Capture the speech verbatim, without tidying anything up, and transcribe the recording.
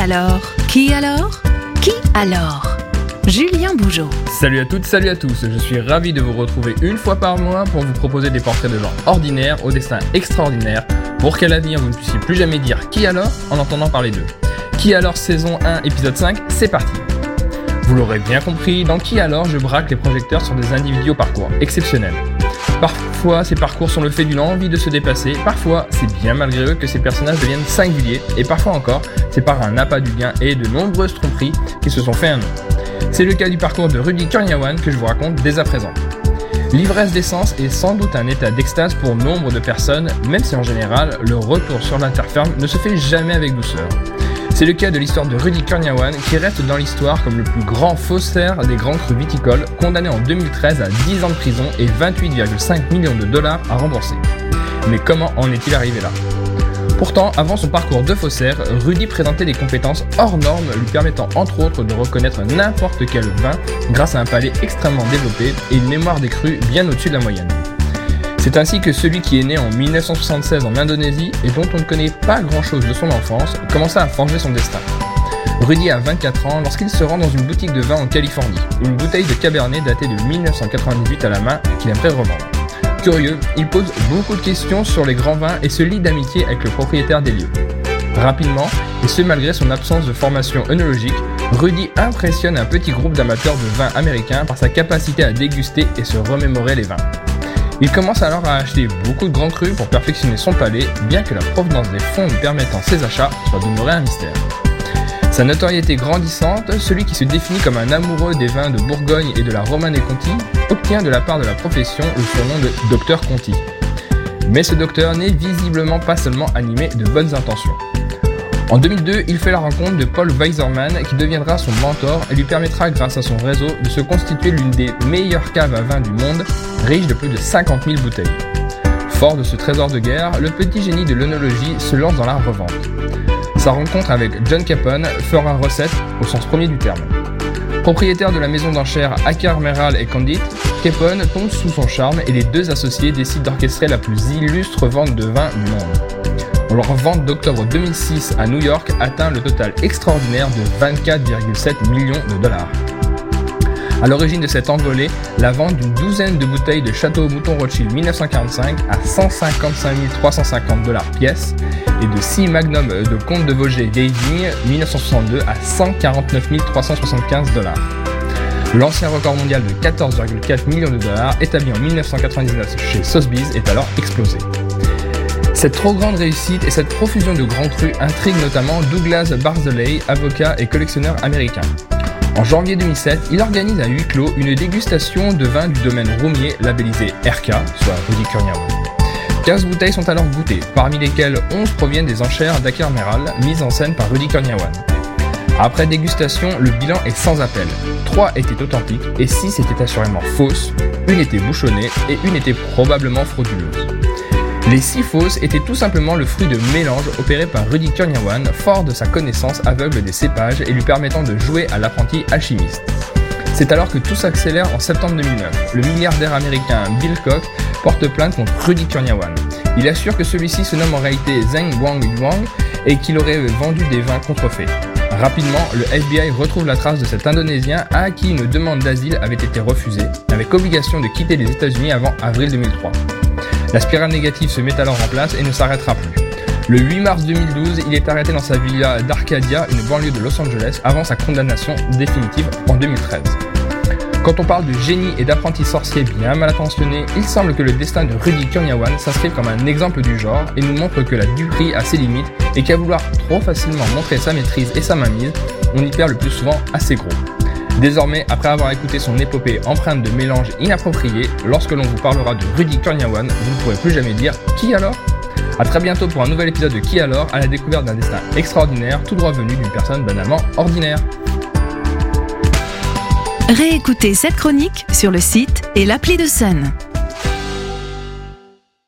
alors ? Qui alors ? Qui alors ? Julien Bougeaud. Salut à toutes, salut à tous, je suis ravi de vous retrouver une fois par mois pour vous proposer des portraits de gens ordinaires au destin extraordinaire pour qu'à l'avenir vous ne puissiez plus jamais dire qui alors en entendant parler d'eux. Qui alors saison un épisode cinq, c'est parti. Vous l'aurez bien compris, dans Qui alors je braque les projecteurs sur des individus au parcours exceptionnels. Parfois, ces parcours sont le fait d'une envie de se dépasser, parfois, c'est bien malgré eux que ces personnages deviennent singuliers, et parfois encore, c'est par un appât du gain et de nombreuses tromperies qui se sont fait un nom. C'est le cas du parcours de Rudy Kurniawan que je vous raconte dès à présent. L'ivresse d'essence est sans doute un état d'extase pour nombre de personnes, même si en général, le retour sur la terre ferme ne se fait jamais avec douceur. C'est le cas de l'histoire de Rudy Kurniawan qui reste dans l'histoire comme le plus grand faussaire des grands crus viticoles, condamné en deux mille treize à dix ans de prison et vingt-huit virgule cinq millions de dollars à rembourser. Mais comment en est-il arrivé là ? Pourtant, avant son parcours de faussaire, Rudy présentait des compétences hors normes lui permettant entre autres de reconnaître n'importe quel vin grâce à un palais extrêmement développé et une mémoire des crus bien au-dessus de la moyenne. C'est ainsi que celui qui est né en dix-neuf cent soixante-seize en Indonésie et dont on ne connaît pas grand-chose de son enfance commença à forger son destin. Rudy a vingt-quatre ans lorsqu'il se rend dans une boutique de vin en Californie, une bouteille de Cabernet datée de dix-neuf cent quatre-vingt-dix-huit à la main qu'il aimerait revendre. Curieux, il pose beaucoup de questions sur les grands vins et se lie d'amitié avec le propriétaire des lieux. Rapidement, et ce malgré son absence de formation œnologique, Rudy impressionne un petit groupe d'amateurs de vin américains par sa capacité à déguster et se remémorer les vins. Il commence alors à acheter beaucoup de grands crus pour perfectionner son palais, bien que la provenance des fonds lui permettant ses achats soit demeurée un mystère. Sa notoriété grandissante, celui qui se définit comme un amoureux des vins de Bourgogne et de la Romanée-Conti obtient de la part de la profession le surnom de Docteur Conti. Mais ce docteur n'est visiblement pas seulement animé de bonnes intentions. En deux mille deux, il fait la rencontre de Paul Weiserman qui deviendra son mentor et lui permettra grâce à son réseau de se constituer l'une des meilleures caves à vin du monde, riche de plus de cinquante mille bouteilles. Fort de ce trésor de guerre, le petit génie de l'œnologie se lance dans la revente. Sa rencontre avec John Capone fera recette au sens premier du terme. Propriétaire de la maison d'enchères Acker Merrill et Condit, Capone tombe sous son charme et les deux associés décident d'orchestrer la plus illustre vente de vin du monde. Leur vente d'octobre deux mille six à New York atteint le total extraordinaire de vingt-quatre virgule sept millions de dollars. À l'origine de cette envolée, la vente d'une douzaine de bouteilles de Château Mouton Rothschild dix-neuf cent quarante-cinq à cent cinquante-cinq mille trois cent cinquante dollars pièce et de six Magnum de Comte de Vosges Vieille Vigne dix-neuf cent soixante-deux à cent quarante-neuf mille trois cent soixante-quinze dollars. L'ancien record mondial de quatorze virgule quatre millions de dollars établi en dix-neuf cent quatre-vingt-dix-neuf chez Sotheby's est alors explosé. Cette trop grande réussite et cette profusion de grands crus intriguent notamment Douglas Barzilay, avocat et collectionneur américain. En janvier deux mille sept, il organise à huis clos une dégustation de vins du domaine Roumier labellisé R K, soit Rudy Kurniawan. quinze bouteilles sont alors goûtées, parmi lesquelles onze proviennent des enchères d'Acker Merrill, mises en scène par Rudy Kurniawan. Après dégustation, le bilan est sans appel. trois étaient authentiques et six étaient assurément fausses, une était bouchonnée et une était probablement frauduleuse. Les six fausses étaient tout simplement le fruit de mélanges opérés par Rudy Kurniawan, fort de sa connaissance aveugle des cépages et lui permettant de jouer à l'apprenti alchimiste. C'est alors que tout s'accélère en septembre deux mille neuf. Le milliardaire américain Bill Koch porte plainte contre Rudy Kurniawan. Il assure que celui-ci se nomme en réalité Zheng Guangyuan et qu'il aurait vendu des vins contrefaits. Rapidement, le F B I retrouve la trace de cet Indonésien à qui une demande d'asile avait été refusée, avec obligation de quitter les États-Unis avant avril deux mille trois. La spirale négative se met alors en place et ne s'arrêtera plus. Le huit mars deux mille douze, il est arrêté dans sa villa d'Arcadia, une banlieue de Los Angeles, avant sa condamnation définitive en deux mille treize. Quand on parle de génie et d'apprenti sorcier bien mal intentionné, il semble que le destin de Rudy Kurniawan s'inscrive comme un exemple du genre et nous montre que la duperie a ses limites et qu'à vouloir trop facilement montrer sa maîtrise et sa mainmise, on y perd le plus souvent assez gros. Désormais, après avoir écouté son épopée empreinte de mélanges inappropriés, lorsque l'on vous parlera de Rudy Kurniawan, vous ne pourrez plus jamais dire « Qui alors ?» A très bientôt pour un nouvel épisode de Qui alors, à la découverte d'un destin extraordinaire, tout droit venu d'une personne banalement ordinaire. Réécoutez cette chronique sur le site et l'appli de Sun.